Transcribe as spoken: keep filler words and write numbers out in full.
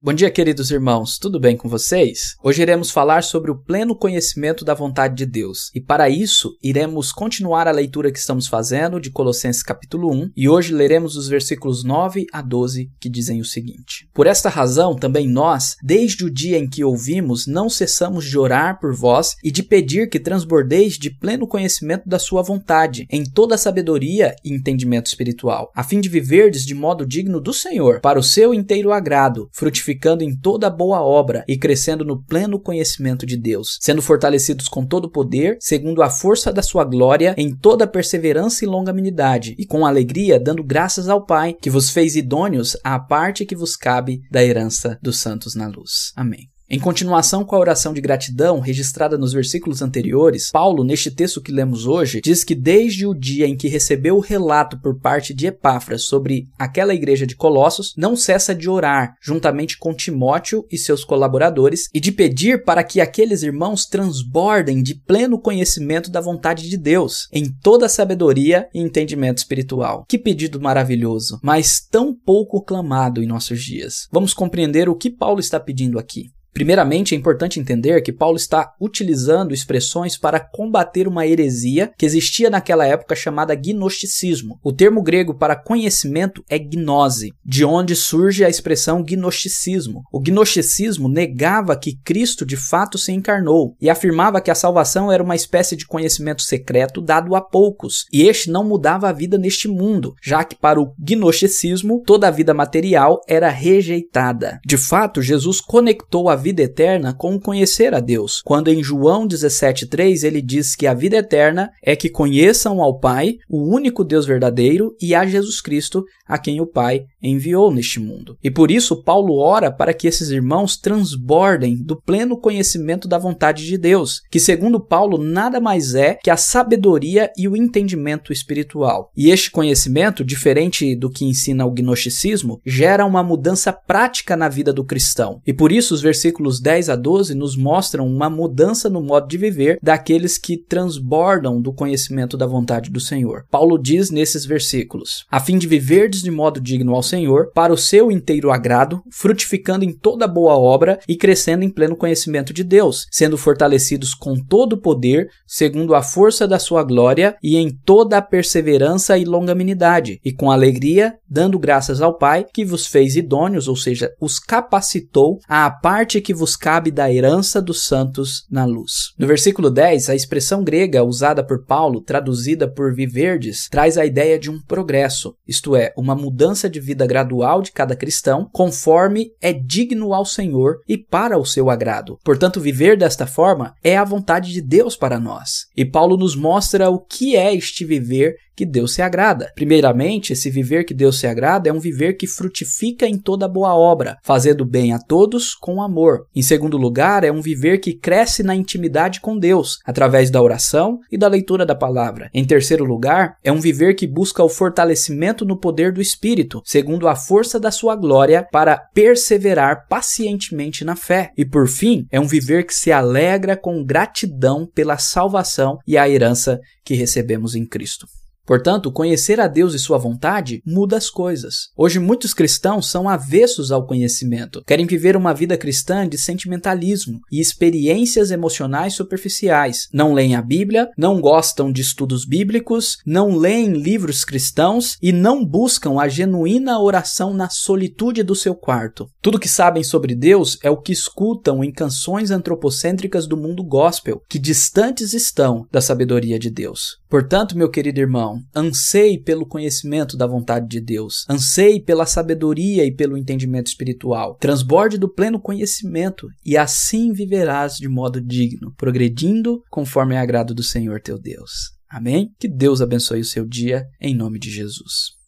Bom dia, queridos irmãos, tudo bem com vocês? Hoje iremos falar sobre o pleno conhecimento da vontade de Deus. E para isso, iremos continuar a leitura que estamos fazendo de Colossenses capítulo um, e hoje leremos os versículos nove a doze, que dizem o seguinte: Por esta razão, também nós, desde o dia em que ouvimos, não cessamos de orar por vós e de pedir que transbordeis de pleno conhecimento da sua vontade, em toda a sabedoria e entendimento espiritual, a fim de viverdes de modo digno do Senhor, para o seu inteiro agrado, frutificando ficando em toda boa obra e crescendo no pleno conhecimento de Deus, sendo fortalecidos com todo o poder, segundo a força da sua glória, em toda perseverança e longanimidade, e com alegria dando graças ao Pai, que vos fez idôneos à parte que vos cabe da herança dos santos na luz. Amém. Em continuação com a oração de gratidão registrada nos versículos anteriores, Paulo, neste texto que lemos hoje, diz que desde o dia em que recebeu o relato por parte de Epáfras sobre aquela igreja de Colossos, não cessa de orar, juntamente com Timóteo e seus colaboradores, e de pedir para que aqueles irmãos transbordem de pleno conhecimento da vontade de Deus, em toda a sabedoria e entendimento espiritual. Que pedido maravilhoso, mas tão pouco clamado em nossos dias. Vamos compreender o que Paulo está pedindo aqui. Primeiramente, é importante entender que Paulo está utilizando expressões para combater uma heresia que existia naquela época chamada gnosticismo. O termo grego para conhecimento é gnose, de onde surge a expressão gnosticismo. O gnosticismo negava que Cristo de fato se encarnou e afirmava que a salvação era uma espécie de conhecimento secreto dado a poucos, e este não mudava a vida neste mundo, já que para o gnosticismo toda a vida material era rejeitada. De fato, Jesus conectou a vida eterna com conhecer a Deus, quando em João dezessete, três ele diz que a vida eterna é que conheçam ao Pai, o único Deus verdadeiro, e a Jesus Cristo, a quem o Pai enviou neste mundo. E por isso Paulo ora para que esses irmãos transbordem do pleno conhecimento da vontade de Deus, que segundo Paulo nada mais é que a sabedoria e o entendimento espiritual. E este conhecimento, diferente do que ensina o gnosticismo, gera uma mudança prática na vida do cristão. E por isso os versículos Versículos dez a doze nos mostram uma mudança no modo de viver daqueles que transbordam do conhecimento da vontade do Senhor. Paulo diz nesses versículos: a fim de viverdes de modo digno ao Senhor, para o seu inteiro agrado, frutificando em toda boa obra e crescendo em pleno conhecimento de Deus, sendo fortalecidos com todo o poder, segundo a força da sua glória, e em toda a perseverança e longanimidade, e com alegria, dando graças ao Pai, que vos fez idôneos, ou seja, os capacitou à parte que vos cabe da herança dos santos na luz. No versículo dez, a expressão grega usada por Paulo, traduzida por viverdes, traz a ideia de um progresso, isto é, uma mudança de vida gradual de cada cristão, conforme é digno ao Senhor e para o seu agrado. Portanto, viver desta forma é a vontade de Deus para nós. E Paulo nos mostra o que é este viver que Deus se agrada. Primeiramente, esse viver que Deus se agrada é um viver que frutifica em toda boa obra, fazendo bem a todos com amor. Em segundo lugar, é um viver que cresce na intimidade com Deus, através da oração e da leitura da palavra. Em terceiro lugar, é um viver que busca o fortalecimento no poder do Espírito, segundo a força da sua glória, para perseverar pacientemente na fé. E por fim, é um viver que se alegra com gratidão pela salvação e a herança que recebemos em Cristo. Portanto, conhecer a Deus e sua vontade muda as coisas. Hoje, muitos cristãos são avessos ao conhecimento. Querem viver uma vida cristã de sentimentalismo e experiências emocionais superficiais. Não leem a Bíblia, não gostam de estudos bíblicos, não leem livros cristãos e não buscam a genuína oração na solitude do seu quarto. Tudo que sabem sobre Deus é o que escutam em canções antropocêntricas do mundo gospel, que distantes estão da sabedoria de Deus. Portanto, meu querido irmão, anseie pelo conhecimento da vontade de Deus, anseie pela sabedoria e pelo entendimento espiritual, transborde do pleno conhecimento e assim viverás de modo digno, progredindo conforme é agrado do Senhor teu Deus. Amém? Que Deus abençoe o seu dia, em nome de Jesus.